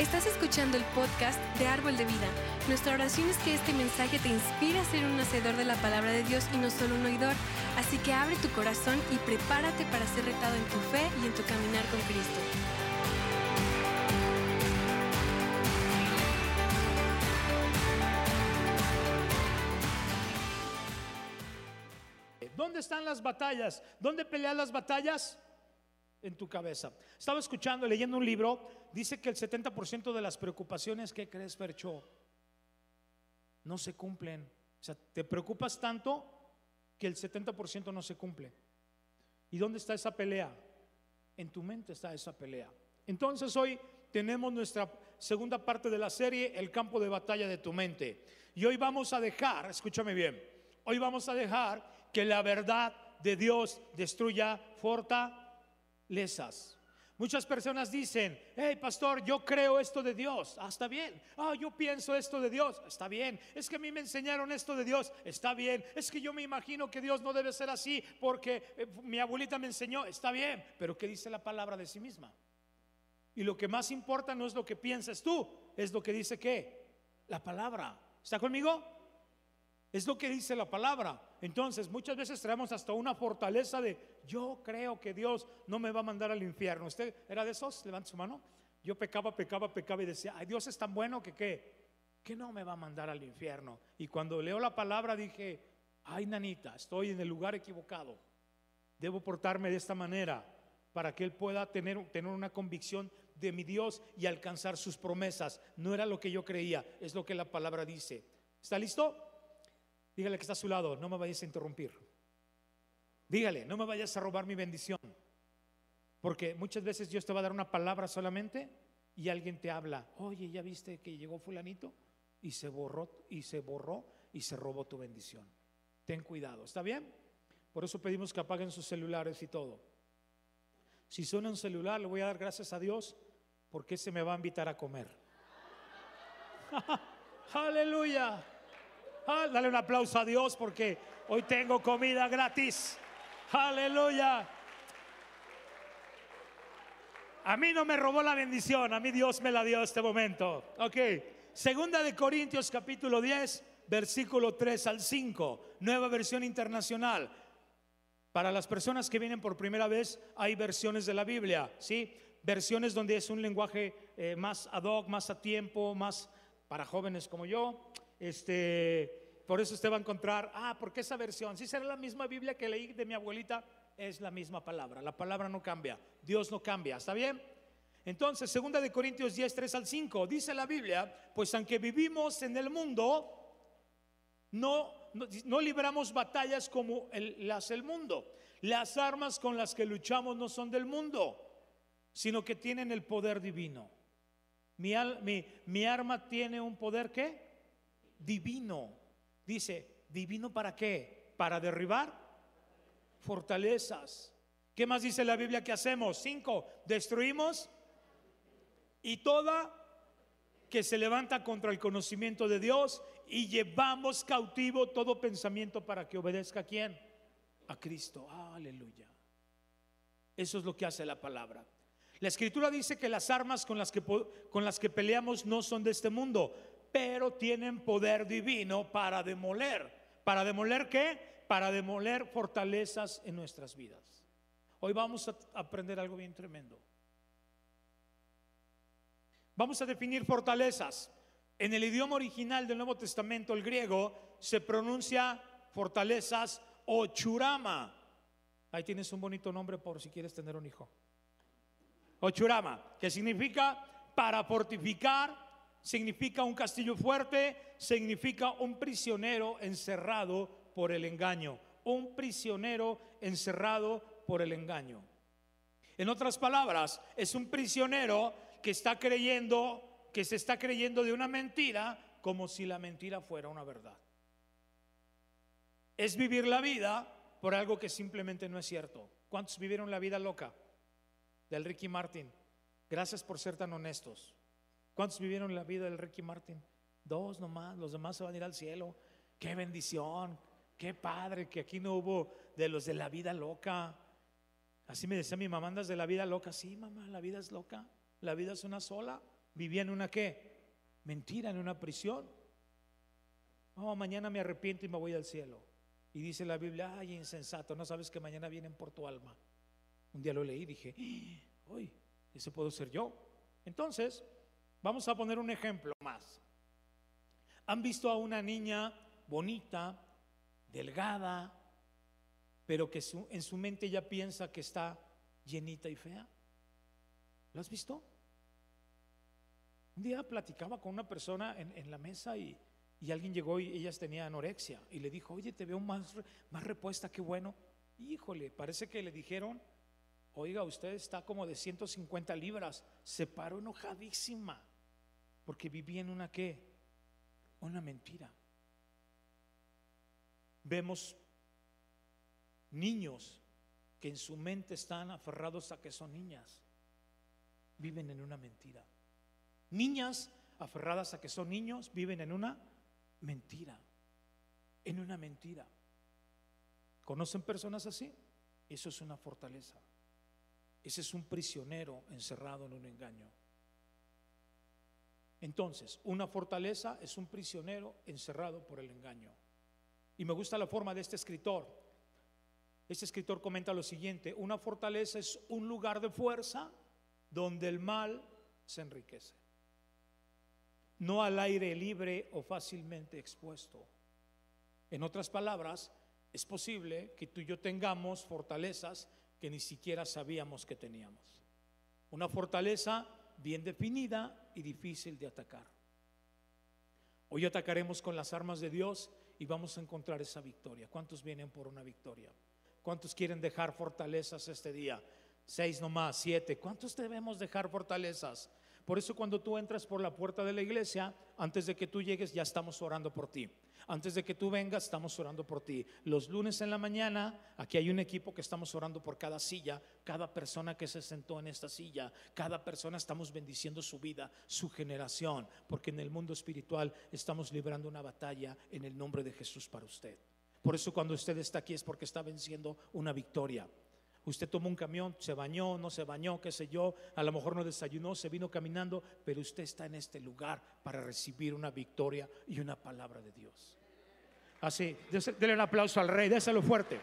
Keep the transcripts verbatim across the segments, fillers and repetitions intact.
Estás escuchando el podcast de Árbol de Vida. Nuestra oración es que este mensaje te inspire a ser un hacedor de la palabra de Dios y no solo un oidor. Así que abre tu corazón y prepárate para ser retado en tu fe y en tu caminar con Cristo. ¿Dónde están las batallas? ¿Dónde peleas las batallas? En tu cabeza. Estaba escuchando, leyendo un libro. Dice que el setenta por ciento de las preocupaciones, ¿qué crees, Fercho? No se cumplen. O sea, te preocupas tanto que el setenta por ciento no se cumple. ¿Y dónde está esa pelea? En tu mente está esa pelea. Entonces hoy tenemos nuestra segunda parte de la serie, el campo de batalla de tu mente. Y hoy vamos a dejar, escúchame bien, hoy vamos a dejar que la verdad de Dios destruya fortalezas. Muchas personas dicen: hey pastor, yo creo esto de Dios. Ah, está bien. Ah, yo pienso esto de Dios. Está bien. Es que a mí me enseñaron esto de Dios. Está bien. Es que yo me imagino que Dios no debe ser así porque eh, mi abuelita me enseñó. Está bien. Pero ¿qué dice la palabra de sí misma? Y lo que más importa no es lo que piensas tú, es lo que dice ¿qué? La palabra. ¿Está conmigo? Es lo que dice la palabra. Entonces muchas veces traemos hasta una fortaleza de: yo creo que Dios no me va a mandar al infierno. ¿Usted era de esos? Levanta su mano. Yo pecaba, pecaba, pecaba y decía: ay, Dios es tan bueno que ¿qué? Que no me va a mandar al infierno. Y cuando leo la palabra dije: ay, nanita, estoy en el lugar equivocado. Debo portarme de esta manera para que Él pueda tener, tener una convicción de mi Dios y alcanzar sus promesas. No era lo que yo creía, es lo que la palabra dice. ¿Está listo? Dígale que está a su lado: no me vayas a interrumpir. Dígale: no me vayas a robar mi bendición. Porque muchas veces Dios te va a dar una palabra solamente y alguien te habla: oye, ¿ya viste que llegó fulanito? Y se borró, y se borró y se robó tu bendición. Ten cuidado, ¿está bien? Por eso pedimos que apaguen sus celulares y todo. Si suena un celular, le voy a dar gracias a Dios, porque ese me va a invitar a comer. Aleluya. Ah, dale un aplauso a Dios porque hoy tengo comida gratis. Aleluya. A mí no me robó la bendición, a mí Dios me la dio este momento. Ok, segunda de Corintios capítulo diez, versículo tres al cinco, nueva versión internacional. Para las personas que vienen por primera vez, hay versiones de la Biblia, ¿sí? Versiones donde es un lenguaje eh, más ad hoc, más a tiempo, más para jóvenes como yo. Este, por eso usted va a encontrar: ah, porque esa versión, si será la misma Biblia que leí de mi abuelita, es la misma palabra. La palabra no cambia, Dios no cambia, ¿está bien? Entonces, segunda de Corintios diez, tres al cinco, dice la Biblia: pues aunque vivimos en el mundo, no, no, no libramos batallas como el, las del mundo. Las armas con las que luchamos no son del mundo, sino que tienen el poder divino. Mi, mi, mi arma tiene un poder ¿qué? Divino. Dice: ¿divino para qué? Para derribar fortalezas. ¿Qué más dice la Biblia que hacemos? Cinco, destruimos y toda que se levanta contra el conocimiento de Dios, y llevamos cautivo todo pensamiento para que obedezca ¿a quién? A Cristo. Aleluya. Eso es lo que hace la palabra. La Escritura dice que las armas con las que, con las que peleamos no son de este mundo, pero tienen poder divino para demoler. ¿Para demoler qué? Para demoler fortalezas en nuestras vidas. Hoy vamos a aprender algo bien tremendo. Vamos a definir fortalezas. En el idioma original del Nuevo Testamento, el griego, se pronuncia fortalezas o churama. Ahí tienes un bonito nombre por si quieres tener un hijo. O churama, que significa para fortificar, significa un castillo fuerte, significa un prisionero encerrado por el engaño. Un prisionero encerrado por el engaño. En otras palabras, es un prisionero que está creyendo, que se está creyendo de una mentira como si la mentira fuera una verdad. Es vivir la vida por algo que simplemente no es cierto. ¿Cuántos vivieron la vida loca del Ricky Martin? Gracias por ser tan honestos. ¿Cuántos vivieron la vida del Ricky Martin? Dos nomás, los demás se van a ir al cielo. Qué bendición, qué padre que aquí no hubo de los de la vida loca. Así me decía mi mamá: ¿andas de la vida loca? Sí, mamá, la vida es loca, la vida es una sola. vivía en una ¿qué? Mentira, en una prisión. Oh, mañana me arrepiento y me voy al cielo. Y dice la Biblia, ay, insensato, no sabes que mañana vienen por tu alma. Un día lo leí y dije, uy, ese puedo ser yo. Entonces, vamos a poner un ejemplo más. ¿Han visto a una niña bonita, delgada, pero que su, en su mente ya piensa que está llenita y fea? ¿Lo has visto? Un día platicaba con una persona en, en la mesa y, y alguien llegó y ellas tenían anorexia y le dijo, oye, te veo más, más repuesta, qué bueno. Híjole, parece que le dijeron, oiga, usted está como de ciento cincuenta libras. Se paró enojadísima porque vivía en una ¿qué? Una mentira. Vemos niños que en su mente están aferrados a que son niñas, viven en una mentira. Niñas aferradas a que son niños, viven en una mentira, en una mentira. ¿Conocen personas así? Eso es una fortaleza. Ese es un prisionero encerrado en un engaño. Entonces, una fortaleza es un prisionero encerrado por el engaño. Y me gusta la forma de este escritor. Este escritor comenta lo siguiente: una fortaleza es un lugar de fuerza donde el mal se enriquece, no al aire libre o fácilmente expuesto. En otras palabras, es posible que tú y yo tengamos fortalezas que ni siquiera sabíamos que teníamos. Una fortaleza bien definida y difícil de atacar. Hoy atacaremos con las armas de Dios y vamos a encontrar esa victoria. ¿Cuántos vienen por una victoria? ¿Cuántos quieren dejar fortalezas este día? Seis nomás, siete. ¿Cuántos debemos dejar fortalezas? Por eso cuando tú entras por la puerta de la iglesia, antes de que tú llegues ya estamos orando por ti. Antes de que tú vengas estamos orando por ti. Los lunes en la mañana aquí hay un equipo que estamos orando por cada silla, cada persona que se sentó en esta silla, cada persona estamos bendiciendo su vida, su generación, porque en el mundo espiritual estamos librando una batalla en el nombre de Jesús para usted. Por eso cuando usted está aquí es porque está venciendo una victoria. Usted tomó un camión, se bañó, no se bañó, qué sé yo, a lo mejor no desayunó, se vino caminando, pero usted está en este lugar para recibir una victoria y una palabra de Dios. Así, denle un aplauso al Rey, déselo fuerte.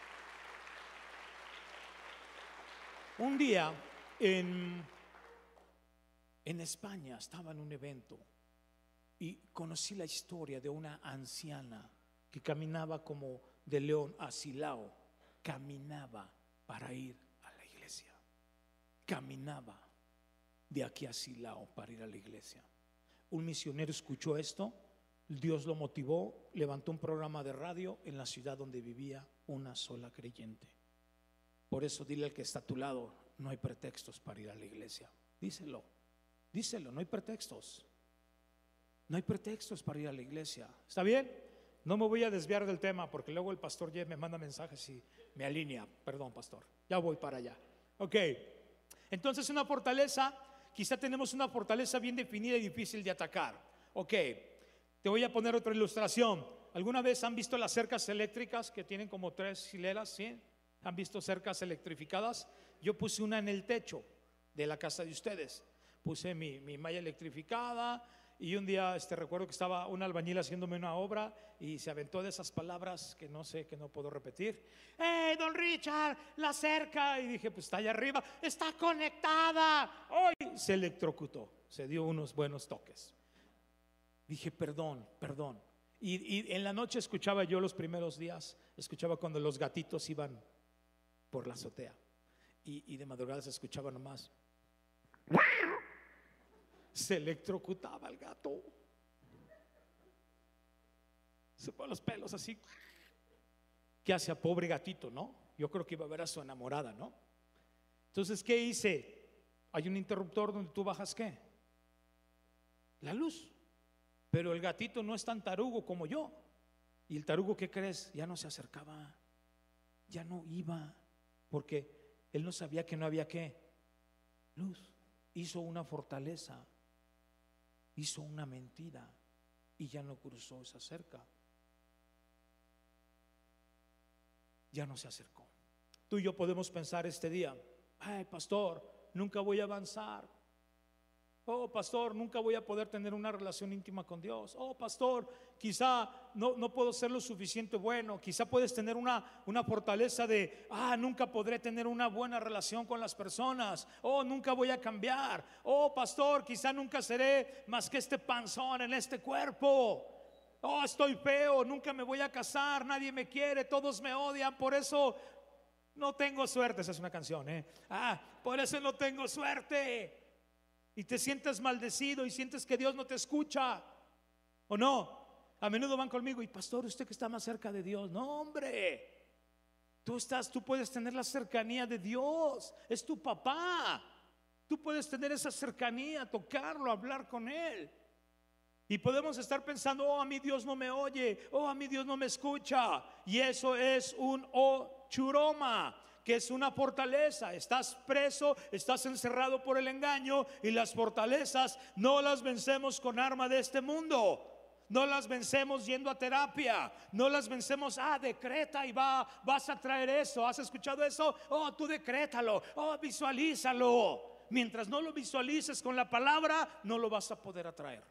Un día en, en España estaba en un evento y conocí la historia de una anciana que caminaba como de León a Silao, caminaba para ir a la iglesia. Caminaba de aquí a Silao para ir a la iglesia. Un misionero escuchó esto, Dios lo motivó, levantó un programa de radio en la ciudad donde vivía una sola creyente. Por eso dile al que está a tu lado, no hay pretextos para ir a la iglesia. Díselo, díselo, no hay pretextos. No hay pretextos para ir a la iglesia. ¿Está bien? No me voy a desviar del tema porque luego el pastor Jeff me manda mensajes y me alinea. Perdón, pastor, ya voy para allá. Ok, entonces una fortaleza, quizá tenemos una fortaleza bien definida y difícil de atacar. Ok, te voy a poner otra ilustración. ¿Alguna vez han visto las cercas eléctricas que tienen como tres hileras? ¿Sí? ¿Han visto cercas electrificadas? Yo puse una en el techo de la casa de ustedes. Puse mi, mi malla electrificada. Y un día este, recuerdo que estaba un albañil haciéndome una obra y se aventó de esas palabras que no sé, que no puedo repetir. ¡Hey, don Richard, la cerca! Y dije, pues está allá arriba, está conectada. Hoy se electrocutó, se dio unos buenos toques. Dije, perdón, perdón. Y, y en la noche escuchaba yo los primeros días, escuchaba cuando los gatitos iban por la azotea. Y, y de madrugada se escuchaba nomás. Se electrocutaba el gato. Se pone los pelos así. ¿Qué hace a pobre gatito, no? Yo creo que iba a ver a su enamorada, ¿no? Entonces, ¿qué hice? Hay un interruptor donde tú bajas, ¿qué? La luz. Pero el gatito no es tan tarugo como yo. Y el tarugo, ¿qué crees? Ya no se acercaba, ya no iba, porque él no sabía que no había, ¿qué? Luz. Hizo una fortaleza, hizo una mentira y ya no cruzó esa cerca. Ya no se acercó. Tú y yo podemos pensar este día, ay, pastor, nunca voy a avanzar. Oh, pastor, nunca voy a poder tener una relación íntima con Dios. Oh, pastor, quizá no, no puedo ser lo suficiente bueno. Quizá puedes tener una, una fortaleza de, ah, nunca podré tener una buena relación con las personas. Oh, nunca voy a cambiar. Oh, pastor, quizá nunca seré más que este panzón en este cuerpo. Oh, estoy feo, nunca me voy a casar, nadie me quiere, todos me odian, por eso no tengo suerte. Esa es una canción, ¿eh? Ah, por eso no tengo suerte. Y te sientes maldecido y sientes que Dios no te escucha, ¿o no? A menudo van conmigo, y pastor, usted que está más cerca de Dios. No, hombre, tú estás, tú puedes tener la cercanía de Dios. Es tu papá. Tú puedes tener esa cercanía, tocarlo, hablar con Él. Y podemos estar pensando, oh, a mí Dios no me oye, oh, a mí Dios no me escucha. Y eso es un ochuroma, que es una fortaleza. Estás preso, estás encerrado por el engaño, y las fortalezas no las vencemos con arma de este mundo. No las vencemos yendo a terapia. No las vencemos, ah, decreta y va, vas a traer eso. ¿Has escuchado eso? Oh, tú decrétalo, oh, visualízalo. Mientras no lo visualices con la palabra, no lo vas a poder atraer.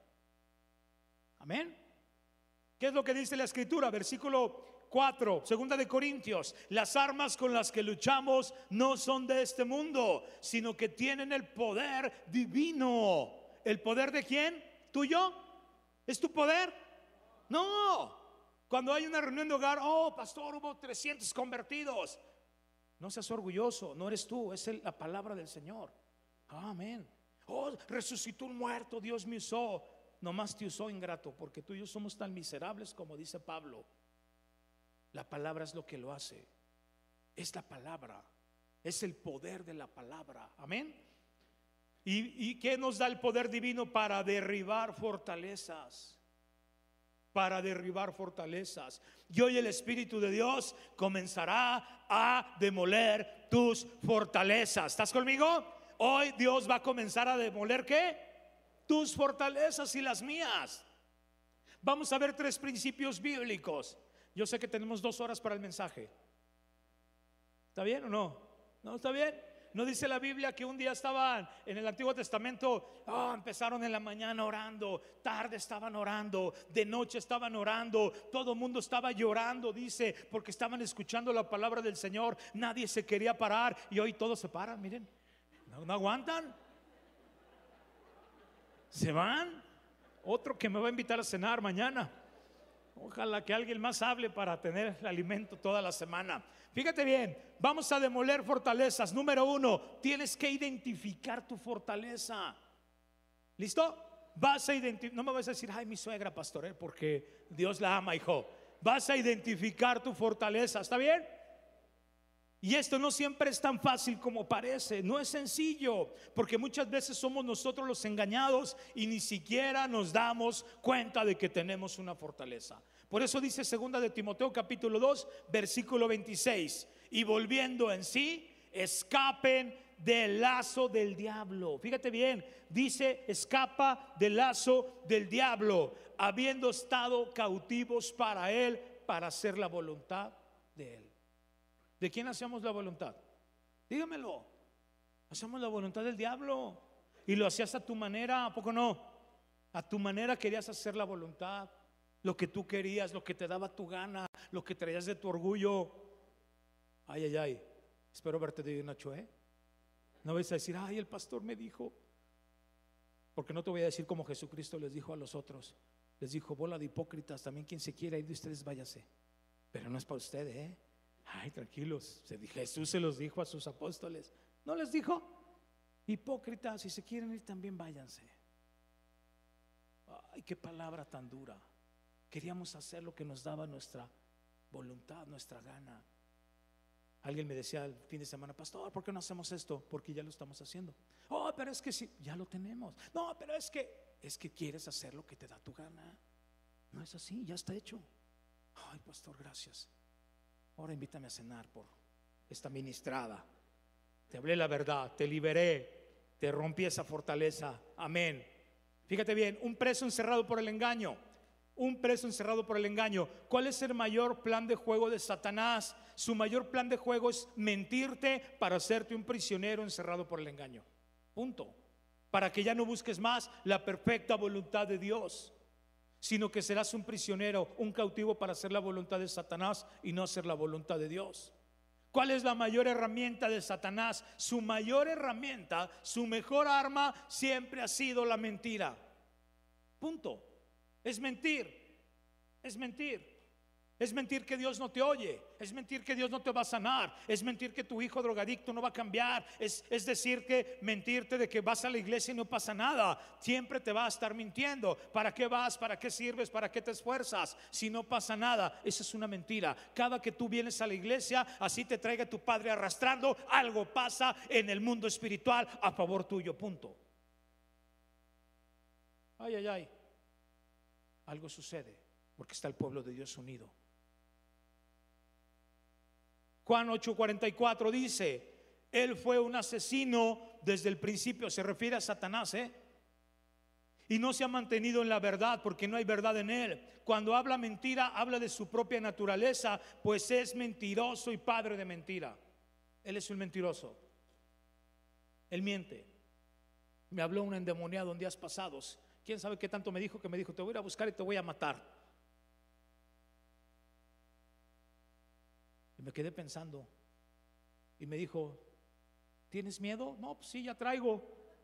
Amén. ¿Qué es lo que dice la escritura? Versículo cuatro, segunda de Corintios: las armas con las que luchamos no son de este mundo, sino que tienen el poder divino. ¿El poder de quién? ¿Tuyo? ¿Es tu poder? No. Cuando hay una reunión de hogar, oh, pastor, hubo trescientos convertidos. No seas orgulloso, no eres tú, es el, la palabra del Señor. Amén. Oh, resucitó un muerto, Dios me usó. Nomás te usó, ingrato, porque tú y yo somos tan miserables como dice Pablo. La palabra es lo que lo hace. Es la palabra, es el poder de la palabra. Amén. ¿Y, y qué nos da el poder divino? Para derribar fortalezas. Para derribar fortalezas. Y hoy el Espíritu de Dios comenzará a demoler tus fortalezas. ¿Estás conmigo? Hoy Dios va a comenzar a demoler ¿qué? Tus fortalezas y las mías. Vamos a ver tres principios bíblicos. Yo sé que tenemos dos horas para el mensaje. ¿Está bien o no? ¿No está bien? ¿No dice la Biblia que un día estaban en el Antiguo Testamento? Oh, empezaron en la mañana orando, tarde estaban orando, de noche estaban orando, todo el mundo estaba llorando, dice, porque estaban escuchando la palabra del Señor. Nadie se quería parar, y hoy todos se paran. Miren, no, no aguantan. Se van. Otro que me va a invitar a cenar mañana. Ojalá que alguien más hable para tener el alimento toda la semana. Fíjate bien, vamos a demoler fortalezas. Número uno, tienes que identificar tu fortaleza. ¿Listo? Vas a identificar. No me vas a decir, ay, mi suegra, pastor, ¿eh? Porque Dios la ama, hijo. Vas a identificar tu fortaleza. ¿Está bien? Y esto no siempre es tan fácil como parece. No es sencillo, porque muchas veces somos nosotros los engañados y ni siquiera nos damos cuenta de que tenemos una fortaleza. Por eso dice segunda de Timoteo capítulo dos versículo veintiséis: y volviendo en sí, escapen del lazo del diablo. Fíjate bien, dice escapa del lazo del diablo, habiendo estado cautivos para él, para hacer la voluntad de él. ¿De quién hacemos la voluntad? Dígamelo. Hacemos la voluntad del diablo. Y lo hacías a tu manera, ¿a poco no? A tu manera querías hacer la voluntad, lo que tú querías, lo que te daba tu gana, lo que traías de tu orgullo. Ay, ay, ay. Espero verte de Nacho, ¿eh? No vas a decir, ay, el pastor me dijo. Porque no te voy a decir como Jesucristo les dijo a los otros. Les dijo, bola de hipócritas, también quien se quiera ir de ustedes váyase. Pero no es para ustedes, ¿eh? Ay, tranquilos. Jesús se los dijo a sus apóstoles. ¿No les dijo? Hipócritas, si se quieren ir también váyanse. Ay, qué palabra tan dura. Queríamos hacer lo que nos daba nuestra voluntad, nuestra gana. Alguien me decía el fin de semana, pastor, ¿por qué no hacemos esto? Porque ya lo estamos haciendo. Oh, pero es que sí, ya lo tenemos. No, pero es que es que quieres hacer lo que te da tu gana. No es así, ya está hecho. Ay, pastor, gracias. Ahora invítame a cenar por esta ministrada. Te hablé la verdad, te liberé, te rompí esa fortaleza. Amén. Fíjate bien, un preso encerrado por el engaño. Un preso encerrado por el engaño. ¿Cuál es el mayor plan de juego de Satanás? Su mayor plan de juego es mentirte para hacerte un prisionero encerrado por el engaño. Punto. para que ya no busques más la perfecta voluntad de Dios, sino que serás un prisionero, un cautivo para hacer la voluntad de Satanás y no hacer la voluntad de Dios. ¿Cuál es la mayor herramienta de Satanás? Su mayor herramienta, su mejor arma siempre ha sido la mentira. Punto. Es mentir. Es mentir. Es mentir que Dios no te oye. Es mentir que Dios no te va a sanar. Es mentir que tu hijo drogadicto no va a cambiar. Es, es decir que mentirte de que vas a la iglesia y no pasa nada. Siempre te va a estar mintiendo. ¿Para qué vas? ¿Para qué sirves? ¿Para qué te esfuerzas? Si no pasa nada, esa es una mentira. Cada que tú vienes a la iglesia, así te traiga tu padre arrastrando, algo pasa en el mundo espiritual a favor tuyo. Punto. Ay, ay, ay. Algo sucede porque está el pueblo de Dios unido. Juan ocho cuarenta y cuatro dice: Él fue un asesino desde el principio. Se refiere a Satanás, ¿eh? Y no se ha mantenido en la verdad, porque no hay verdad en él. Cuando habla mentira, habla de su propia naturaleza, pues es mentiroso y padre de mentira. Él es un mentiroso. Él miente. Me habló un endemoniado en días pasados. ¿Quién sabe qué tanto me dijo? Que me dijo: te voy a ir a buscar y te voy a matar. Y me quedé pensando. Y me dijo: ¿tienes miedo? No, pues sí, ya traigo.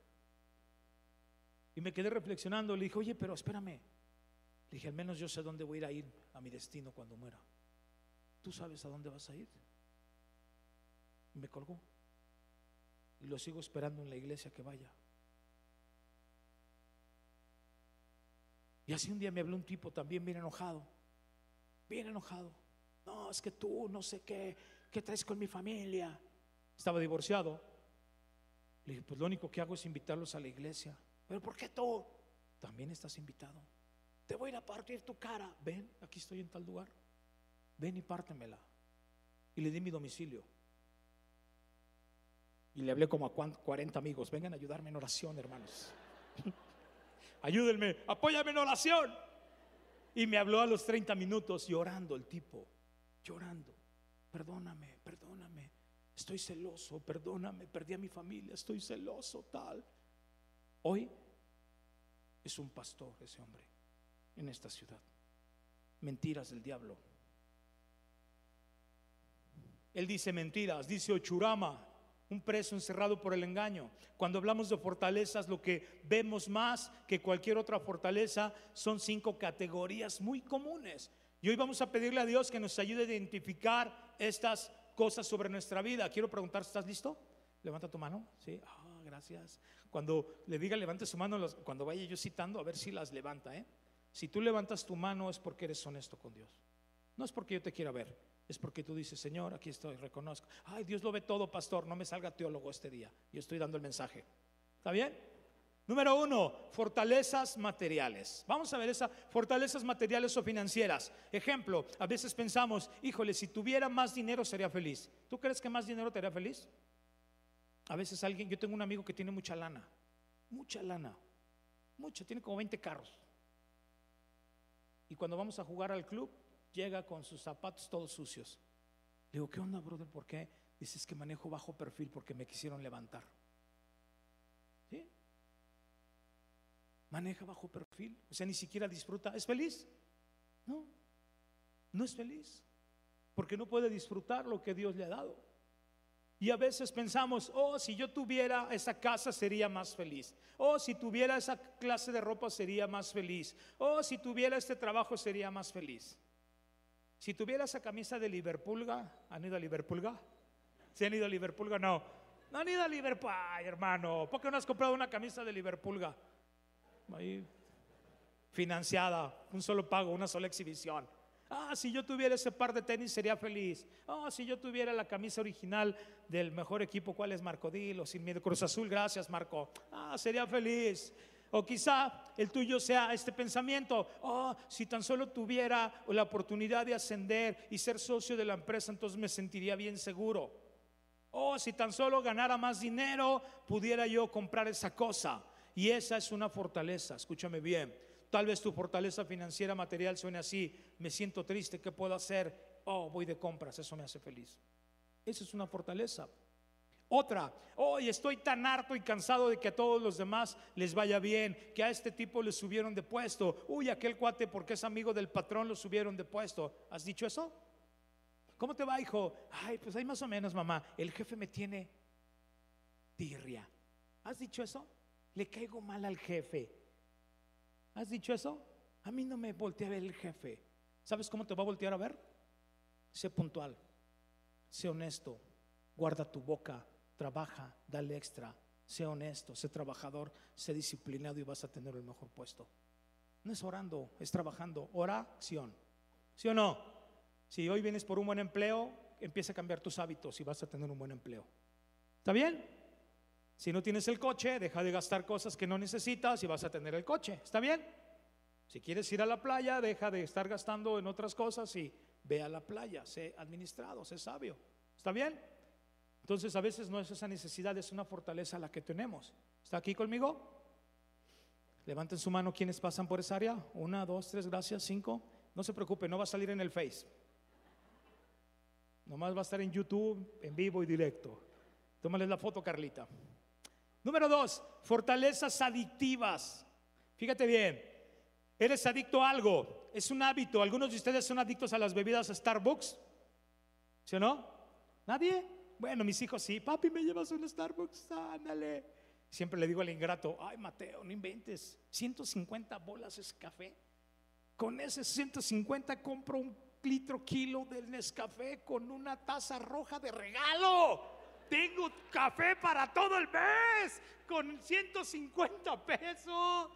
Y me quedé reflexionando. Le dije: oye, pero espérame. Le dije: al menos yo sé dónde voy a ir a ir a mi destino cuando muera. ¿Tú sabes a dónde vas a ir? Y me colgó. Y lo sigo esperando en la iglesia que vaya. Y así un día me habló un tipo también bien enojado. Bien enojado. No, es que tú no sé qué, qué traes con mi familia. Estaba divorciado. Le dije: pues lo único que hago es invitarlos a la iglesia. ¿Pero por qué tú? También estás invitado. Te voy a ir a partir tu cara. Ven, aquí estoy en tal lugar. Ven y pártemela. Y le di mi domicilio. Y le hablé como a cuarenta amigos: vengan a ayudarme en oración, hermanos. Ayúdenme, apóyame en oración. Y me habló a los treinta minutos llorando el tipo. Llorando: perdóname, perdóname, estoy celoso, perdóname, perdí a mi familia, estoy celoso, tal. Hoy es un pastor ese hombre en esta ciudad. Mentiras del diablo. Él dice mentiras, dice Ochurama, un preso encerrado por el engaño. Cuando hablamos de fortalezas, lo que vemos más que cualquier otra fortaleza son cinco categorías muy comunes. Y hoy vamos a pedirle a Dios que nos ayude a identificar estas cosas sobre nuestra vida. Quiero preguntar: ¿estás listo? Levanta tu mano. Sí, ah, gracias. Cuando le diga levante su mano, cuando vaya yo citando, a ver si las levanta, ¿eh? Si tú levantas tu mano es porque eres honesto con Dios. No es porque yo te quiera ver, es porque tú dices: Señor, aquí estoy, reconozco. Ay, Dios lo ve todo, pastor, no me salga teólogo este día. Yo estoy dando el mensaje. ¿Está bien? Número uno, fortalezas materiales. Vamos a ver esas fortalezas materiales o financieras. Ejemplo, a veces pensamos: híjole, si tuviera más dinero sería feliz. ¿Tú crees que más dinero te haría feliz? A veces alguien, yo tengo un amigo que tiene mucha lana. Mucha lana. Mucha, tiene como veinte carros. Y cuando vamos a jugar al club, llega con sus zapatos todos sucios. Le digo: ¿qué onda, brother? ¿Por qué? Dice: es que manejo bajo perfil porque me quisieron levantar. ¿Sí? Maneja bajo perfil, o sea, ni siquiera disfruta. ¿Es feliz? No, no es feliz, porque no puede disfrutar lo que Dios le ha dado. Y a veces pensamos: oh, si yo tuviera esa casa sería más feliz. Oh, si tuviera esa clase de ropa sería más feliz. Oh, si tuviera este trabajo sería más feliz. Si tuviera esa camisa de Liverpool, ¿han ido a Liverpool? ¿Se han ido a Liverpool? No, no han ido a Liverpool. Ay, hermano, ¿por qué no has comprado una camisa de Liverpool? Ahí, financiada, un solo pago, una sola exhibición. Ah, si yo tuviera ese par de tenis sería feliz. Ah, si yo tuviera la camisa original del mejor equipo, ¿cuál es, Marco? Dilo sin miedo. Cruz Azul, gracias, Marco. Ah, sería feliz. O quizá el tuyo sea este pensamiento: oh, si tan solo tuviera la oportunidad de ascender y ser socio de la empresa, entonces me sentiría bien seguro. Oh, si tan solo ganara más dinero, pudiera yo comprar esa cosa. Y esa es una fortaleza. Escúchame bien. Tal vez tu fortaleza financiera material suene así: me siento triste, ¿qué puedo hacer? Oh, voy de compras, eso me hace feliz. Esa es una fortaleza. Otra, hoy estoy tan harto y cansado de que a todos los demás les vaya bien, que a este tipo le subieron de puesto. Uy, aquel cuate porque es amigo del patrón lo subieron de puesto. ¿Has dicho eso? ¿Cómo te va, hijo? Ay, pues ahí más o menos, mamá. El jefe me tiene tirria. ¿Has dicho eso? Le caigo mal al jefe. ¿Has dicho eso? A mí no me voltea a ver el jefe. ¿Sabes cómo te va a voltear a ver? Sé puntual, sé honesto, guarda tu boca, trabaja, dale extra, sé honesto, sé trabajador, sé disciplinado y vas a tener el mejor puesto. No es orando, es trabajando. Oración, ¿sí o no? Si hoy vienes por un buen empleo, empieza a cambiar tus hábitos y vas a tener un buen empleo. ¿Está bien? Si no tienes el coche, deja de gastar cosas que no necesitas y vas a tener el coche. ¿Está bien? Si quieres ir a la playa, deja de estar gastando en otras cosas y ve a la playa. Sé administrado, sé sabio. ¿Está bien? Entonces a veces no es esa necesidad, es una fortaleza la que tenemos. ¿Está aquí conmigo? Levanten su mano quienes pasan por esa área. Una, dos, tres, gracias, cinco. No se preocupe, no va a salir en el Face. Nomás va a estar en YouTube, en vivo y directo. Tómales la foto, Carlita. Número dos, fortalezas adictivas. Fíjate bien, eres adicto a algo, es un hábito. Algunos de ustedes son adictos a las bebidas Starbucks, ¿sí o no? ¿Nadie? Bueno, mis hijos sí. Papi, ¿me llevas un Starbucks? Ándale. Siempre le digo al ingrato, ay Mateo, no inventes, ciento cincuenta bolas es café. Con ese ciento cincuenta compro un litro kilo del Nescafé con una taza roja de regalo. Tengo café para todo el mes con ciento cincuenta pesos.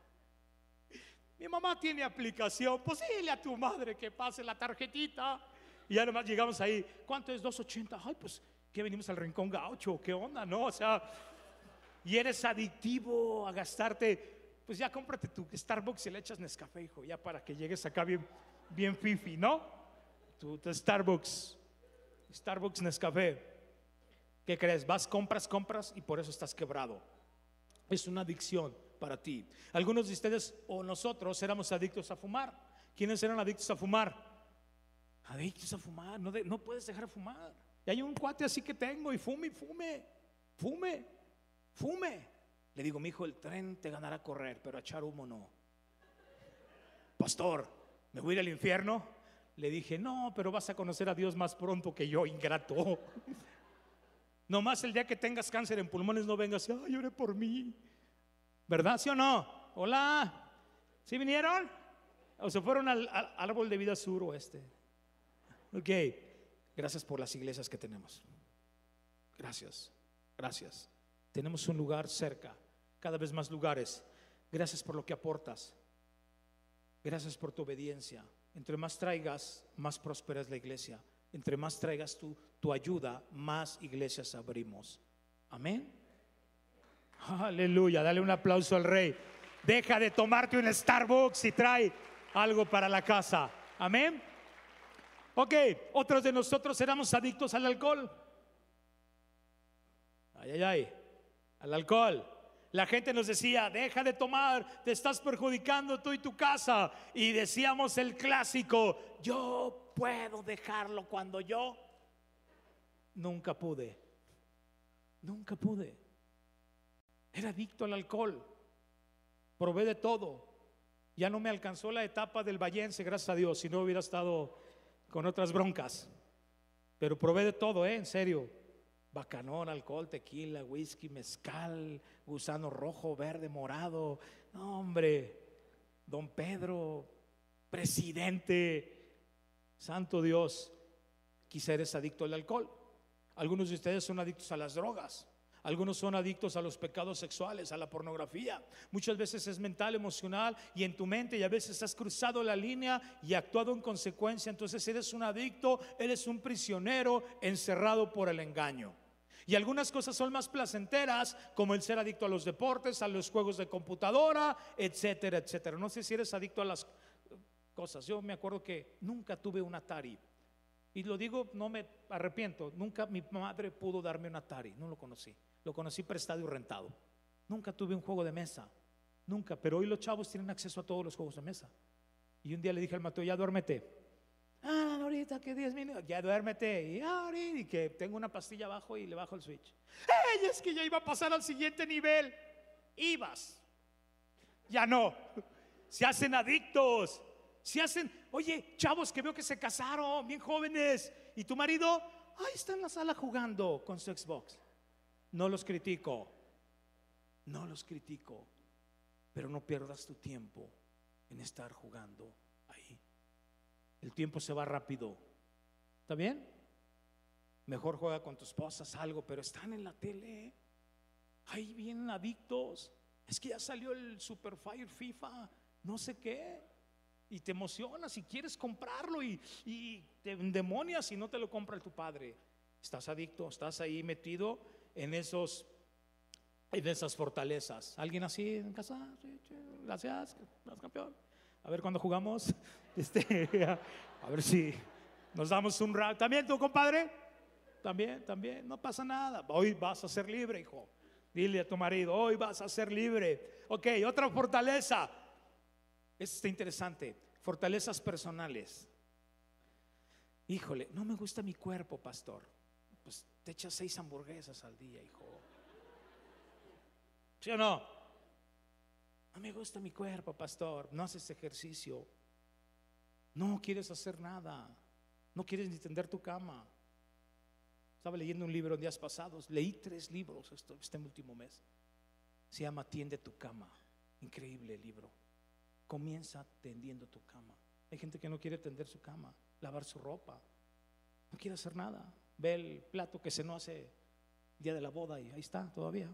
Mi mamá tiene aplicación, pues dile a tu madre que pase la tarjetita. Y ya nomás llegamos ahí. ¿Cuánto es? dos ochenta. Ay, pues que venimos al Rincón Gaucho, ¿qué onda? No, o sea, y eres adictivo a gastarte. Pues ya cómprate tu Starbucks y le echas Nescafé, hijo, ya para que llegues acá bien, bien fifi, ¿no? Tu, tu Starbucks, Starbucks Nescafé. ¿Qué crees? Vas, compras, compras y por eso estás quebrado. Es una adicción para ti. Algunos de ustedes o nosotros éramos adictos a fumar. ¿Quiénes eran adictos a fumar? Adictos a fumar, no, de, no puedes dejar de fumar. Y hay un cuate así que tengo y fume y fume, fume, fume. Le digo, mi hijo, el tren te ganará a correr, pero a echar humo no. Pastor, ¿me voy a ir al infierno? Le dije, no, pero vas a conocer a Dios más pronto que yo, ingrato. Nomás el día que tengas cáncer en pulmones no vengas, ay, lloré por mí. ¿Verdad? ¿Sí o no? Hola. ¿Sí vinieron? ¿O se fueron al, al árbol de vida sur o este? Ok. Gracias por las iglesias que tenemos. Gracias. Gracias. Tenemos un lugar cerca, cada vez más lugares. Gracias por lo que aportas. Gracias por tu obediencia. Entre más traigas, más próspera es la iglesia. Entre más traigas tu, tu ayuda, más iglesias abrimos. Amén. Aleluya, dale un aplauso al Rey. Deja de tomarte un Starbucks y trae algo para la casa. Amén. Ok, otros de nosotros éramos adictos al alcohol. Ay, ay, ay, al alcohol. La gente nos decía, deja de tomar, te estás perjudicando tú y tu casa. Y decíamos el clásico, yo puedo dejarlo cuando yo. Nunca pude, nunca pude. Era adicto al alcohol. Probé de todo. Ya no me alcanzó la etapa del vallense, gracias a Dios, si no hubiera estado con otras broncas. Pero probé de todo, ¿eh? En serio. Bacanón, alcohol, tequila, whisky, mezcal, gusano rojo, verde, morado. No, hombre, Don Pedro, presidente, santo Dios. Quizá eres adicto al alcohol. Algunos de ustedes son adictos a las drogas. Algunos son adictos a los pecados sexuales, a la pornografía. Muchas veces es mental, emocional y en tu mente, y a veces has cruzado la línea y actuado en consecuencia. Entonces eres un adicto, eres un prisionero encerrado por el engaño. Y algunas cosas son más placenteras, como el ser adicto a los deportes, a los juegos de computadora, etcétera, etcétera. No sé si eres adicto a las cosas. Yo me acuerdo que nunca tuve un Atari. Y lo digo, no me arrepiento. Nunca mi madre pudo darme un Atari, no lo conocí. Lo conocí prestado y rentado. Nunca tuve un juego de mesa, nunca. Pero hoy los chavos tienen acceso a todos los juegos de mesa. Y un día le dije al Mateo, ya duérmete. Ah, ahorita que diez minutos, ya duérmete, y ahorita, y que tengo una pastilla abajo y le bajo el switch. ¡Ey! Es que ya iba a pasar al siguiente nivel. Ibas, ya no. Se hacen adictos, se hacen, oye, chavos que veo que se casaron, bien jóvenes, y tu marido, ahí está en la sala jugando con su Xbox. No los critico, no los critico, pero no pierdas tu tiempo en estar jugando ahí. El tiempo se va rápido. ¿Está bien? Mejor juega con tu esposa, algo, pero están en la tele. Ahí vienen adictos. Es que ya salió el Super Fire FIFA, no sé qué, y te emocionas y quieres comprarlo y, y te endemonias y no te lo compra tu padre. Estás adicto, estás ahí metido en esos, en esas fortalezas. ¿Alguien así en casa? Sí, sí, gracias, gracias, campeón. A ver cuando jugamos, este, a ver si nos damos un rato. ¿También tú, compadre? También, también, no pasa nada. Hoy vas a ser libre, hijo. Dile a tu marido, hoy vas a ser libre. Ok, otra fortaleza. Esto está interesante. Fortalezas personales. Híjole, no me gusta mi cuerpo, pastor. Pues te echas seis hamburguesas al día, hijo. ¿Sí o no? No me gusta mi cuerpo, pastor. No haces ejercicio. No quieres hacer nada. No quieres ni tender tu cama. Estaba leyendo un libro en días pasados. Leí tres libros este, este último mes. Se llama Tiende tu cama. Increíble el libro. Comienza tendiendo tu cama. Hay gente que no quiere tender su cama, lavar su ropa. No quiere hacer nada. Ve el plato que se no hace el día de la boda y ahí está todavía.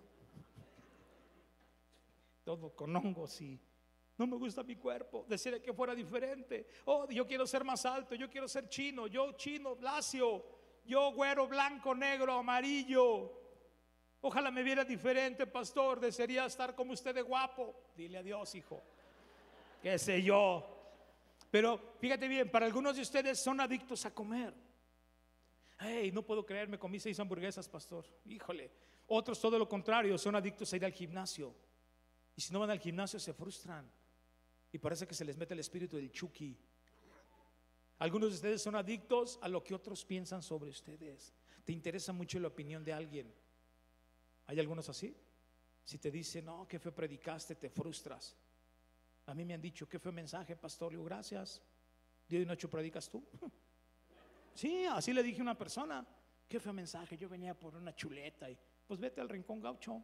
Todo con hongos y no me gusta mi cuerpo. Decirle que fuera diferente. Oh, yo quiero ser más alto. Yo quiero ser chino. Yo chino, lacio. Yo güero, blanco, negro, amarillo. Ojalá me viera diferente, pastor. Desearía estar como usted de guapo. Dile a Dios, hijo. Qué sé yo. Pero fíjate bien, para algunos de ustedes son adictos a comer. Hey, no puedo creer, me comí seis hamburguesas, pastor. Híjole. Otros todo lo contrario, son adictos a ir al gimnasio. Y si no van al gimnasio se frustran. Y parece que se les mete el espíritu del Chucky. Algunos de ustedes son adictos a lo que otros piensan sobre ustedes. Te interesa mucho la opinión de alguien. ¿Hay algunos así? Si te dicen, no, qué feo predicaste, te frustras. A mí me han dicho, qué feo mensaje, pastor. Le digo, gracias. Día y noche predicas tú. Sí, así le dije a una persona, qué feo mensaje. Yo venía por una chuleta y pues vete al Rincón Gaucho.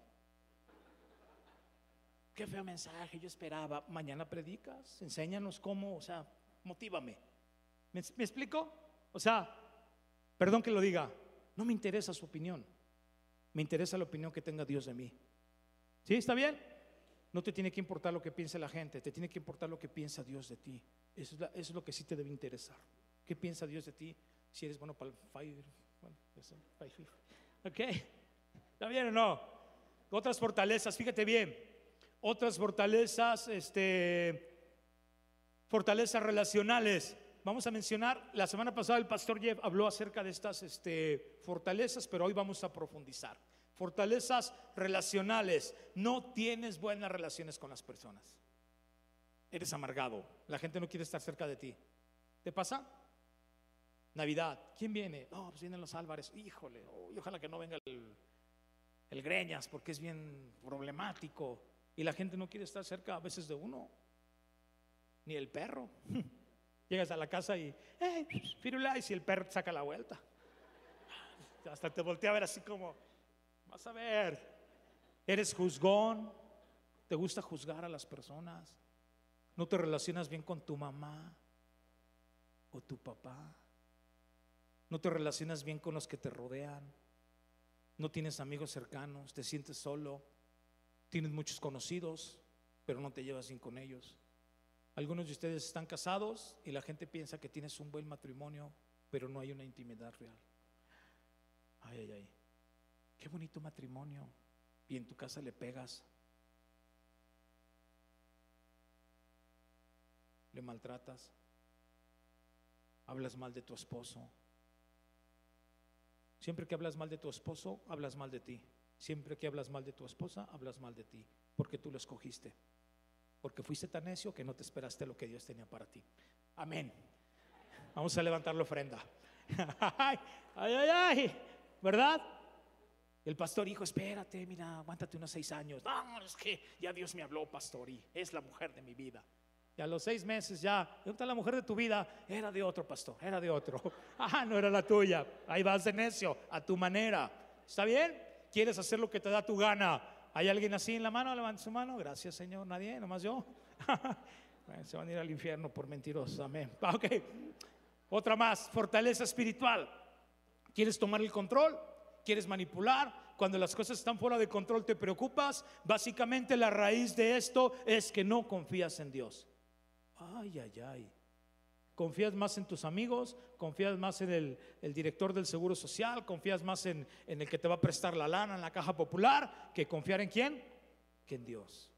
Qué feo mensaje, yo esperaba. Mañana predicas, enséñanos cómo, o sea, motívame. ¿Me, ¿Me explico? O sea, perdón que lo diga, no me interesa su opinión. Me interesa la opinión que tenga Dios de mí. ¿Sí? ¿Está bien? No te tiene que importar lo que piense la gente, te tiene que importar lo que piensa Dios de ti. Eso es, la, eso es lo que sí te debe interesar. ¿Qué piensa Dios de ti? Si eres bueno para el fire, bueno, eso, fire. ¿Ok? ¿Está bien o no? Otras fortalezas, fíjate bien. Otras fortalezas, este, fortalezas relacionales. Vamos a mencionar, la semana pasada el pastor Jeff habló acerca de estas este, fortalezas, pero hoy vamos a profundizar. Fortalezas relacionales. No tienes buenas relaciones con las personas. Eres amargado. La gente no quiere estar cerca de ti. ¿Te pasa? Navidad. ¿Quién viene? No, pues vienen los Álvarez. Híjole, oh, y ojalá que no venga el, el Greñas porque es bien problemático. Y la gente no quiere estar cerca a veces de uno. Ni el perro. Llegas a la casa y, hey, firula, y si el perro te saca la vuelta. Hasta te voltea a ver así como, vas a ver, eres juzgón, te gusta juzgar a las personas, no te relacionas bien con tu mamá o tu papá, no te relacionas bien con los que te rodean, no tienes amigos cercanos, te sientes solo, tienes muchos conocidos, pero no te llevas bien con ellos. Algunos de ustedes están casados y la gente piensa que tienes un buen matrimonio, pero no hay una intimidad real. Ay, ay, ay. Qué bonito matrimonio. Y en tu casa le pegas, le maltratas, hablas mal de tu esposo. Siempre que hablas mal de tu esposo, hablas mal de ti. Siempre que hablas mal de tu esposa, hablas mal de ti, porque tú lo escogiste. Porque fuiste tan necio que no te esperaste lo que Dios tenía para ti. Amén. Vamos a levantar la ofrenda. Ay, ay, ay, ay, ¿verdad? El pastor, hijo, espérate, mira, aguántate unos seis años. No, es que ya Dios me habló, pastor, y es la mujer de mi vida. Y a los seis meses ya, ¿dónde está la mujer de tu vida? Era de otro, pastor, era de otro. Ah, no era la tuya. Ahí vas de necio, a tu manera. ¿Está bien? ¿Quieres hacer lo que te da tu gana? ¿Hay alguien así en la mano? Levanta su mano. Gracias, Señor. Nadie, nomás yo. Bueno, se van a ir al infierno por mentirosos. Amén. Ok. Otra más, fortaleza espiritual. ¿Quieres tomar el control? ¿Quieres manipular? Cuando las cosas están fuera de control te preocupas. Básicamente la raíz de esto es que no confías en Dios. Ay, ay, ay. Confías más en tus amigos, confías más en el, el director del seguro social, confías más en, en el que te va a prestar la lana en la caja popular, que confiar en quién, que en Dios.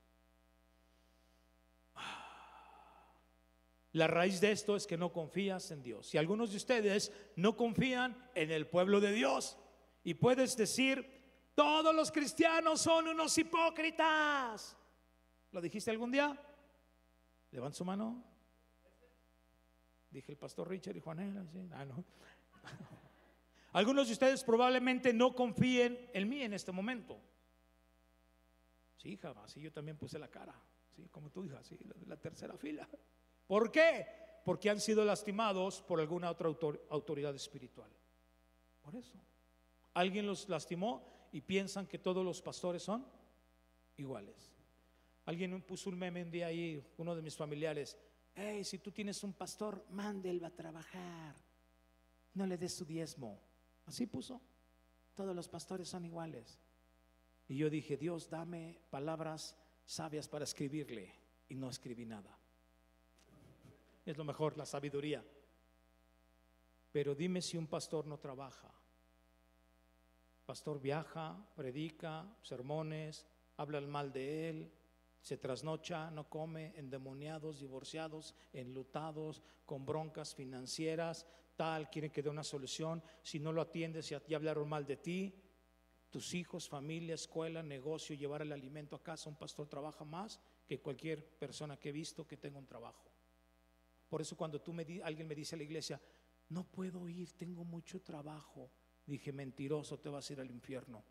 La raíz de esto es que no confías en Dios. Y algunos de ustedes no confían en el pueblo de Dios. Y puedes decir, todos los cristianos son unos hipócritas. ¿Lo dijiste algún día? Levanta su mano. Dije el pastor Richard y Juanela, ¿sí? Ah, no. Algunos de ustedes probablemente no confíen en mí en este momento. Sí, hija, así yo también puse la cara, sí, como tu hija, sí, la, la tercera fila. ¿Por qué? Porque han sido lastimados por alguna otra autor, autoridad espiritual. Por eso. Alguien los lastimó y piensan que todos los pastores son iguales. Alguien puso un meme un día ahí, uno de mis familiares. Hey, si tú tienes un pastor, mándelo a trabajar, no le des su diezmo. Así puso. Todos los pastores son iguales. Y yo dije, Dios, dame palabras sabias para escribirle. Y no escribí nada. Es lo mejor, la sabiduría. Pero dime si un pastor no trabaja. Pastor viaja, predica, sermones, habla el mal de él, se trasnocha, no come, endemoniados, divorciados, enlutados, con broncas financieras, tal, quieren que dé una solución. Si no lo atiendes, ya, ya hablaron mal de ti. Tus hijos, familia, escuela, negocio, llevar el alimento a casa. Un pastor trabaja más que cualquier persona que he visto que tenga un trabajo. Por eso cuando tú me di, alguien me dice a la iglesia, no puedo ir, tengo mucho trabajo. Dije, mentiroso, te vas a ir al infierno.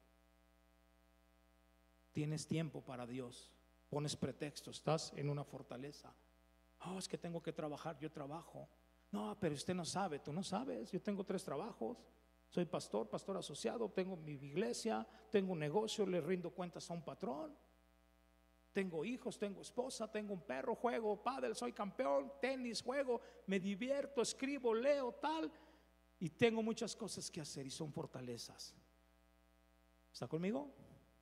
Tienes tiempo para Dios. Pones pretextos, estás en una fortaleza. Oh, es que tengo que trabajar, yo trabajo. No, pero usted no sabe, tú no sabes. Yo tengo tres trabajos. Soy pastor, pastor asociado, tengo mi iglesia, tengo un negocio, le rindo cuentas a un patrón. Tengo hijos, tengo esposa, tengo un perro, juego pádel, soy campeón, tenis, juego, me divierto, escribo, leo, tal. Y tengo muchas cosas que hacer y son fortalezas. ¿Está conmigo?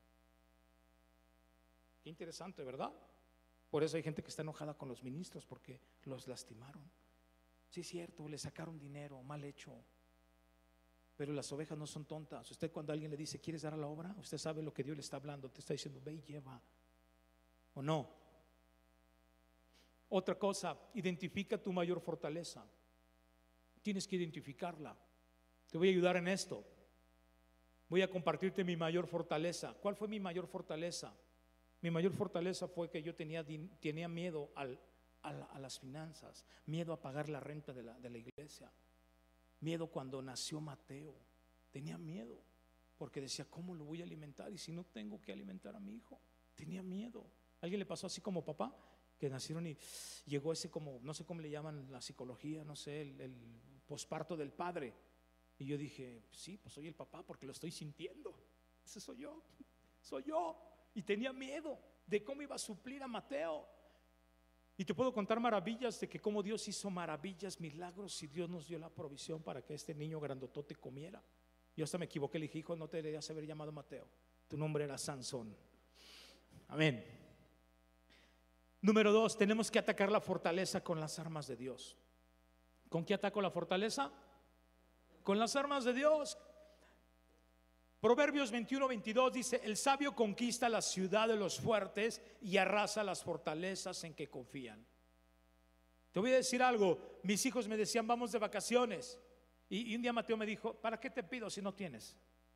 Qué interesante, ¿verdad? Por eso hay gente que está enojada con los ministros porque los lastimaron. Sí, es cierto, le sacaron dinero, mal hecho. Pero las ovejas no son tontas. Usted cuando alguien le dice, ¿quieres dar a la obra? Usted sabe lo que Dios le está hablando. Te está diciendo, ve y lleva. ¿O no? Otra cosa, identifica tu mayor fortaleza. Tienes que identificarla. Te voy a ayudar en esto. Voy a compartirte mi mayor fortaleza. ¿Cuál fue mi mayor fortaleza? Mi mayor fortaleza fue que yo tenía, tenía miedo al, a, la, a las finanzas, miedo a pagar la renta de la, de la iglesia, miedo cuando nació Mateo. Tenía miedo porque decía, ¿cómo lo voy a alimentar? Y si no tengo que alimentar a mi hijo. Tenía miedo. ¿A alguien le pasó así como papá? Que nacieron y llegó ese como, no sé cómo le llaman la psicología, no sé, el, el posparto del padre. Y yo dije, sí, pues soy el papá porque lo estoy sintiendo. Ese soy yo, soy yo. Y tenía miedo de cómo iba a suplir a Mateo. Y te puedo contar maravillas de que cómo Dios hizo maravillas, milagros, y Dios nos dio la provisión para que este niño grandotote comiera. Yo hasta me equivoqué, le dije, hijo, no te deberías haber llamado Mateo, tu nombre era Sansón. Amén. Número dos, tenemos que atacar la fortaleza con las armas de Dios. ¿Con qué ataco la fortaleza? Con las armas de Dios. Proverbios veintiuno veintidós dice, el sabio conquista la ciudad de los fuertes y arrasa las fortalezas en que confían. Te voy a decir algo, mis hijos me decían, vamos de vacaciones. Y, y un día Mateo me dijo, ¿para qué te pido si no tienes?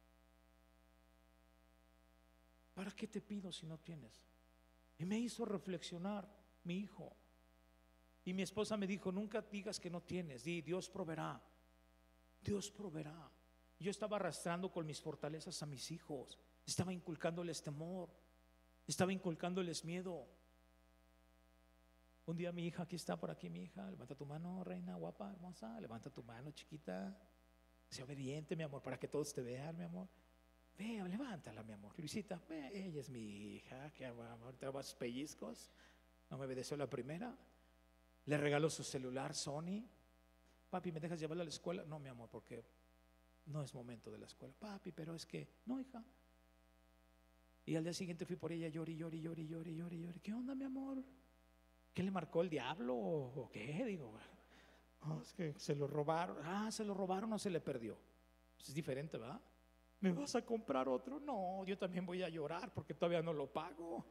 ¿Para qué te pido si no tienes? Y me hizo reflexionar mi hijo. Y mi esposa me dijo, nunca digas que no tienes, di, Dios proveerá, Dios proveerá. Yo estaba arrastrando con mis fortalezas a mis hijos, estaba inculcándoles temor, estaba inculcándoles miedo. Un día mi hija, aquí está por aquí mi hija, levanta tu mano, reina guapa, hermosa, levanta tu mano, chiquita, sea obediente, mi amor, para que todos te vean, mi amor. Ve, levántala, mi amor. Luisita, ve, ella es mi hija, que amor, te vas pellizcos. No me obedeció la primera. Le regaló su celular, Sony. Papi, ¿me dejas llevarla a la escuela? No, mi amor, porque no es momento de la escuela. Papi, pero es que, no, hija. Y al día siguiente fui por ella, llori, llori, llori, llori, llori, llori. ¿Qué onda, mi amor? ¿Qué le marcó el diablo o qué? Digo, oh, es que se lo robaron. Ah, se lo robaron o se le perdió. Pues es diferente, ¿verdad? ¿Me vas a comprar otro? No, yo también voy a llorar porque todavía no lo pago.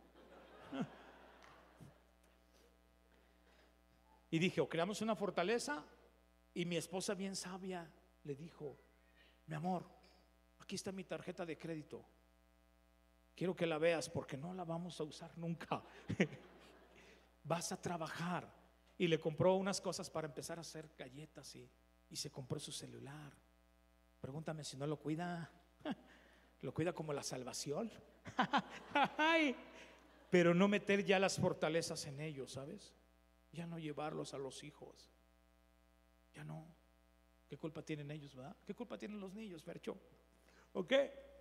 Y dije, o creamos una fortaleza. Y mi esposa bien sabia le dijo, mi amor, aquí está mi tarjeta de crédito, quiero que la veas porque no la vamos a usar nunca. Vas a trabajar. Y le compró unas cosas para empezar a hacer galletas y, y se compró su celular. Pregúntame si no lo cuida. Lo cuida como la salvación. Pero no meter ya las fortalezas en ellos, ¿sabes? Ya no llevarlos a los hijos. Ya no. ¿Qué culpa tienen ellos, verdad? ¿Qué culpa tienen los niños, Fercho? ¿Ok?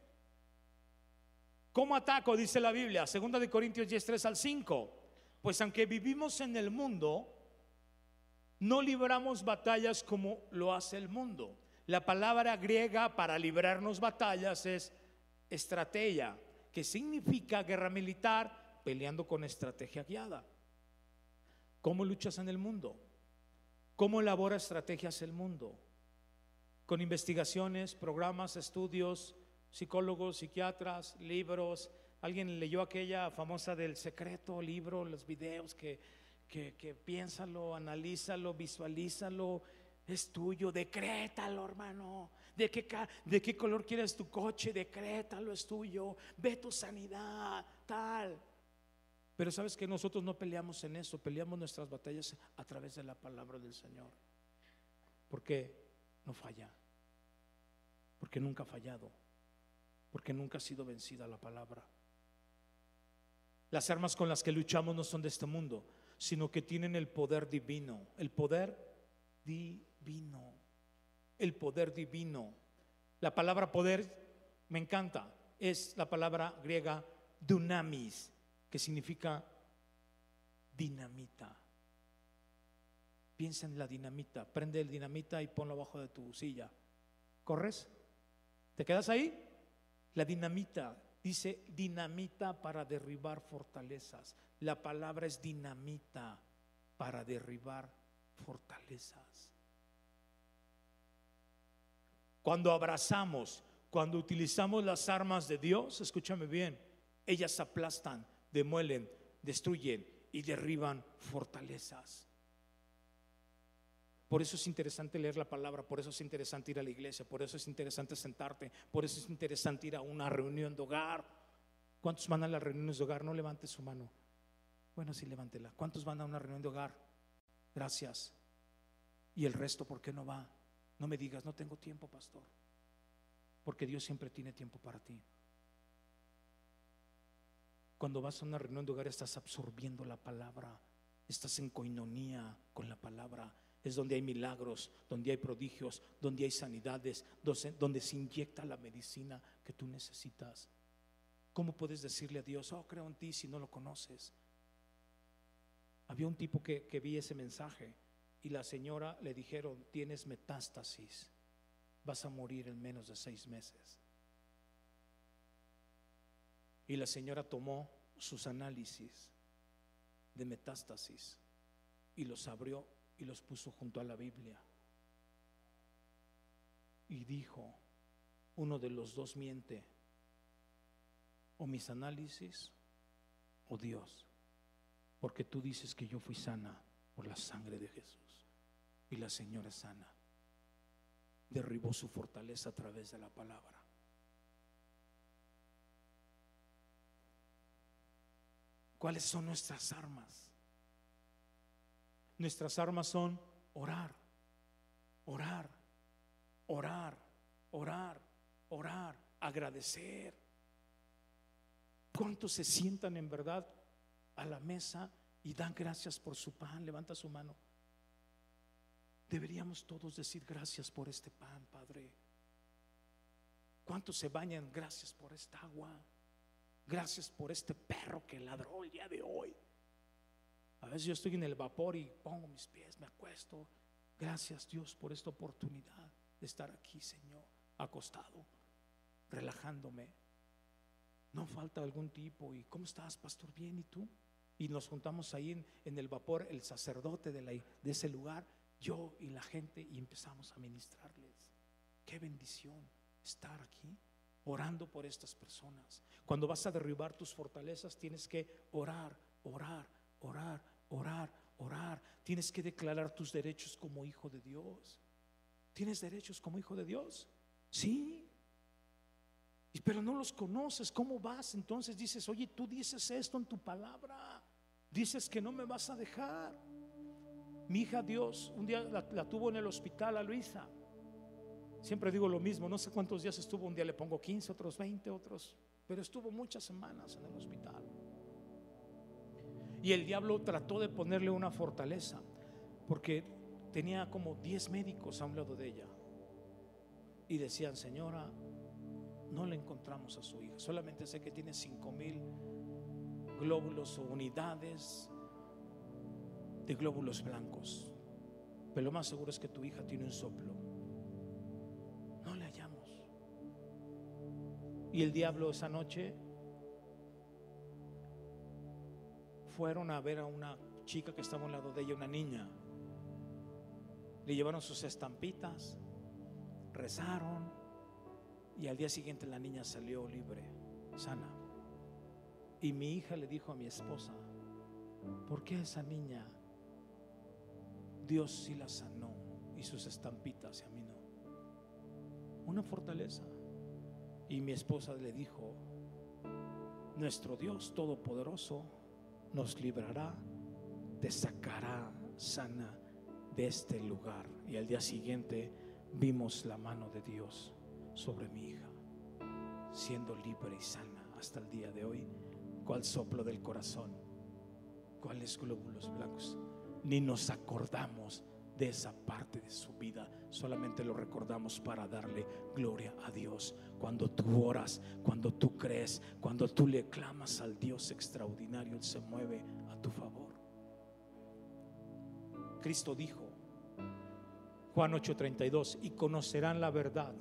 ¿Cómo ataco? Dice la Biblia, segunda de Corintios diez, tres al cinco. Pues aunque vivimos en el mundo, no libramos batallas como lo hace el mundo. La palabra griega para librarnos batallas es estrategia, que significa guerra militar, peleando con estrategia guiada. ¿Cómo luchas en el mundo? ¿Cómo elabora estrategias el mundo? Con investigaciones, programas, estudios, psicólogos, psiquiatras, libros. Alguien leyó aquella famosa del secreto libro, los videos que, que, que piénsalo, analízalo, visualízalo, es tuyo, decrétalo, hermano. ¿De qué, de qué color quieres tu coche? Decrétalo, es tuyo. Ve tu sanidad, tal. Pero sabes que nosotros no peleamos en eso, peleamos nuestras batallas a través de la palabra del Señor. Porque no falla, porque nunca ha fallado, porque nunca ha sido vencida la palabra. Las armas con las que luchamos no son de este mundo, sino que tienen el poder divino. El poder divino. El poder divino. La palabra poder me encanta. Es la palabra griega dunamis, que significa dinamita. Piensa en la dinamita. Prende el dinamita y ponlo abajo de tu silla. ¿Corres? ¿Te quedas ahí? La dinamita. Dice dinamita para derribar fortalezas. La palabra es dinamita para derribar fortalezas. Cuando abrazamos, cuando utilizamos las armas de Dios, escúchame bien, ellas aplastan, demuelen, destruyen y derriban fortalezas. Por eso es interesante leer la palabra, por eso es interesante ir a la iglesia, por eso es interesante sentarte, por eso es interesante ir a una reunión de hogar. ¿Cuántos van a las reuniones de hogar? No levante su mano. Bueno, sí, levántela. ¿Cuántos van a una reunión de hogar? Gracias. ¿Y el resto por qué no va? No me digas, no tengo tiempo, pastor. Porque Dios siempre tiene tiempo para ti. Cuando vas a una reunión de hogar estás absorbiendo la palabra, estás en coinonía con la palabra. Es donde hay milagros, donde hay prodigios, donde hay sanidades, donde, donde se inyecta la medicina que tú necesitas. ¿Cómo puedes decirle a Dios, oh, creo en ti, si no lo conoces? Había un tipo que, que vi ese mensaje y la señora le dijeron, tienes metástasis, vas a morir en menos de seis meses. Y la señora tomó sus análisis de metástasis y los abrió y los puso junto a la Biblia y dijo, uno de los dos miente, o mis análisis o Dios, porque tú dices que yo fui sana por la sangre de Jesús. Y la señora es sana. Derribó su fortaleza a través de la palabra. ¿Cuáles son nuestras armas? Nuestras armas son orar, orar, orar, orar, orar, agradecer. ¿Cuántos se sientan en verdad a la mesa y dan gracias por su pan? Levanta su mano. Deberíamos todos decir gracias por este pan, Padre. ¿Cuántos se bañan? Gracias por esta agua. Gracias por este perro que ladró el día de hoy. A veces yo estoy en el vapor y pongo mis pies, me acuesto. Gracias, Dios, por esta oportunidad de estar aquí, Señor, acostado, relajándome. No falta algún tipo. ¿Y cómo estás, pastor? Bien, ¿y tú? Y nos juntamos ahí en, en el vapor, el sacerdote de, la, de ese lugar, yo y la gente, y empezamos a ministrarles. Qué bendición estar aquí orando por estas personas. Cuando vas a derribar tus fortalezas, tienes que orar, orar, orar, orar, orar. Tienes que declarar tus derechos como hijo de Dios. ¿Tienes derechos como hijo de Dios? Sí. Pero no los conoces. ¿Cómo vas? Entonces dices, oye, tú dices esto en tu palabra, dices que no me vas a dejar. Mi hija Dios un día la, la tuvo en el hospital a Luisa. Siempre digo lo mismo, no sé cuántos días estuvo. Un día le pongo quince, otros veinte, otros, pero estuvo muchas semanas en el hospital. Y el diablo trató de ponerle una fortaleza, porque tenía como diez médicos a un lado de ella y decían, señora, no le encontramos a su hija, solamente sé que tiene cinco mil glóbulos o unidades de glóbulos blancos, pero lo más seguro es que tu hija tiene un soplo. No le hallamos. Y el diablo esa noche fueron a ver a una chica que estaba a un lado de ella, una niña. Le llevaron sus estampitas, rezaron, y al día siguiente la niña salió libre, sana. Y mi hija le dijo a mi esposa, ¿por qué esa niña Dios sí la sanó y sus estampitas y a mí no? Una fortaleza. Y mi esposa le dijo, nuestro Dios todopoderoso nos librará, te sacará sana de este lugar. Y al día siguiente vimos la mano de Dios sobre mi hija, siendo libre y sana hasta el día de hoy. ¿Cuál soplo del corazón? ¿Cuáles glóbulos blancos? Ni nos acordamos de esa parte de su vida, solamente lo recordamos para darle gloria a Dios. Cuando tú oras, cuando tú crees, cuando tú le clamas al Dios extraordinario, Él se mueve a tu favor. Cristo dijo, Juan ocho treinta y dos, y conocerán la verdad,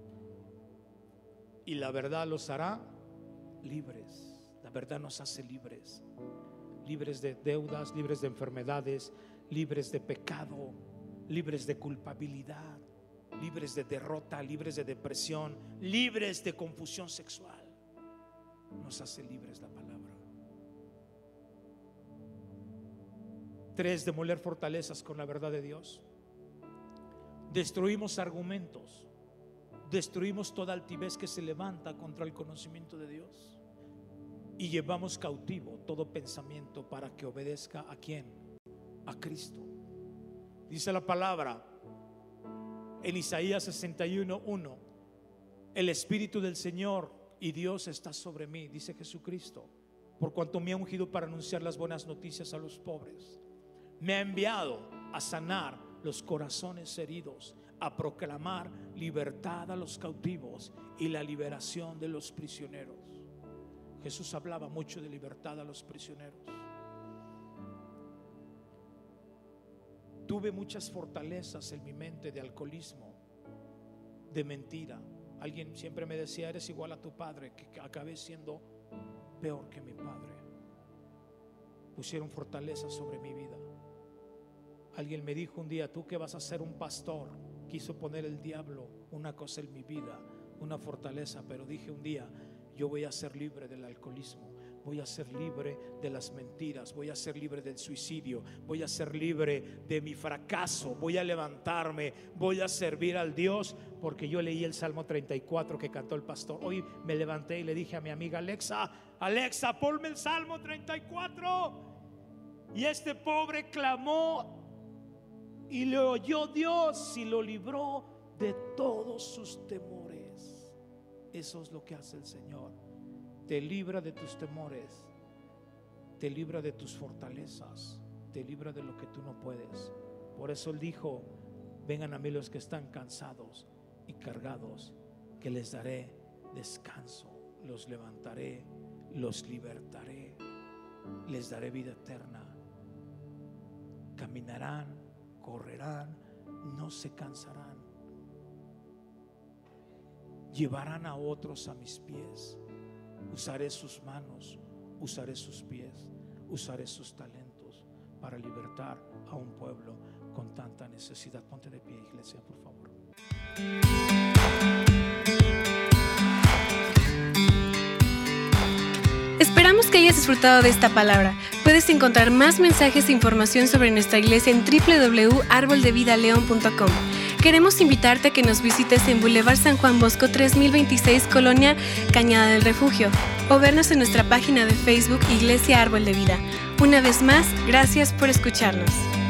y la verdad los hará libres. La verdad nos hace libres, libres de deudas, libres de enfermedades, libres de pecado, libres de culpabilidad, libres de derrota, libres de depresión, libres de confusión sexual. Nos hace libres la palabra. Tres, demoler fortalezas con la verdad de Dios. Destruimos argumentos, destruimos toda altivez que se levanta contra el conocimiento de Dios, y llevamos cautivo todo pensamiento para que obedezca ¿a quién? A Cristo. Dice la palabra en Isaías sesenta y uno uno, el Espíritu del Señor y Dios está sobre mí, dice Jesucristo, por cuanto me ha ungido para anunciar las buenas noticias a los pobres. Me ha enviado a sanar los corazones heridos, a proclamar libertad a los cautivos y la liberación de los prisioneros. Jesús hablaba mucho de libertad a los prisioneros. Tuve muchas fortalezas en mi mente de alcoholismo, de mentira. Alguien siempre me decía, eres igual a tu padre, que acabé siendo peor que mi padre. Pusieron fortalezas sobre mi vida. Alguien me dijo un día, tú que vas a ser un pastor. Quiso poner el diablo una cosa en mi vida, una fortaleza, pero dije un día, yo voy a ser libre del alcoholismo, voy a ser libre de las mentiras, voy a ser libre del suicidio, voy a ser libre de mi fracaso, voy a levantarme, voy a servir al Dios, porque yo leí el Salmo treinta y cuatro que cantó el pastor. Hoy me levanté y le dije a mi amiga Alexa, Alexa, ponme el Salmo treinta y cuatro. Y este pobre clamó y le oyó Dios y lo libró de todos sus temores. Eso es lo que hace el Señor. Te libra de tus temores, te libra de tus fortalezas, te libra de lo que tú no puedes. Por eso Él dijo: vengan a mí los que están cansados y cargados, que les daré descanso, los levantaré, los libertaré, les daré vida eterna. Caminarán, correrán, no se cansarán, llevarán a otros a mis pies. Usaré sus manos, usaré sus pies, usaré sus talentos para libertar a un pueblo con tanta necesidad. Ponte de pie, iglesia, por favor. Esperamos que hayas disfrutado de esta palabra. Puedes encontrar más mensajes e información sobre nuestra iglesia en doble u doble u doble u punto árbol de vida león punto com. Queremos invitarte a que nos visites en Boulevard San Juan Bosco tres mil veintiséis, Colonia Cañada del Refugio, o vernos en nuestra página de Facebook Iglesia Árbol de Vida. Una vez más, gracias por escucharnos.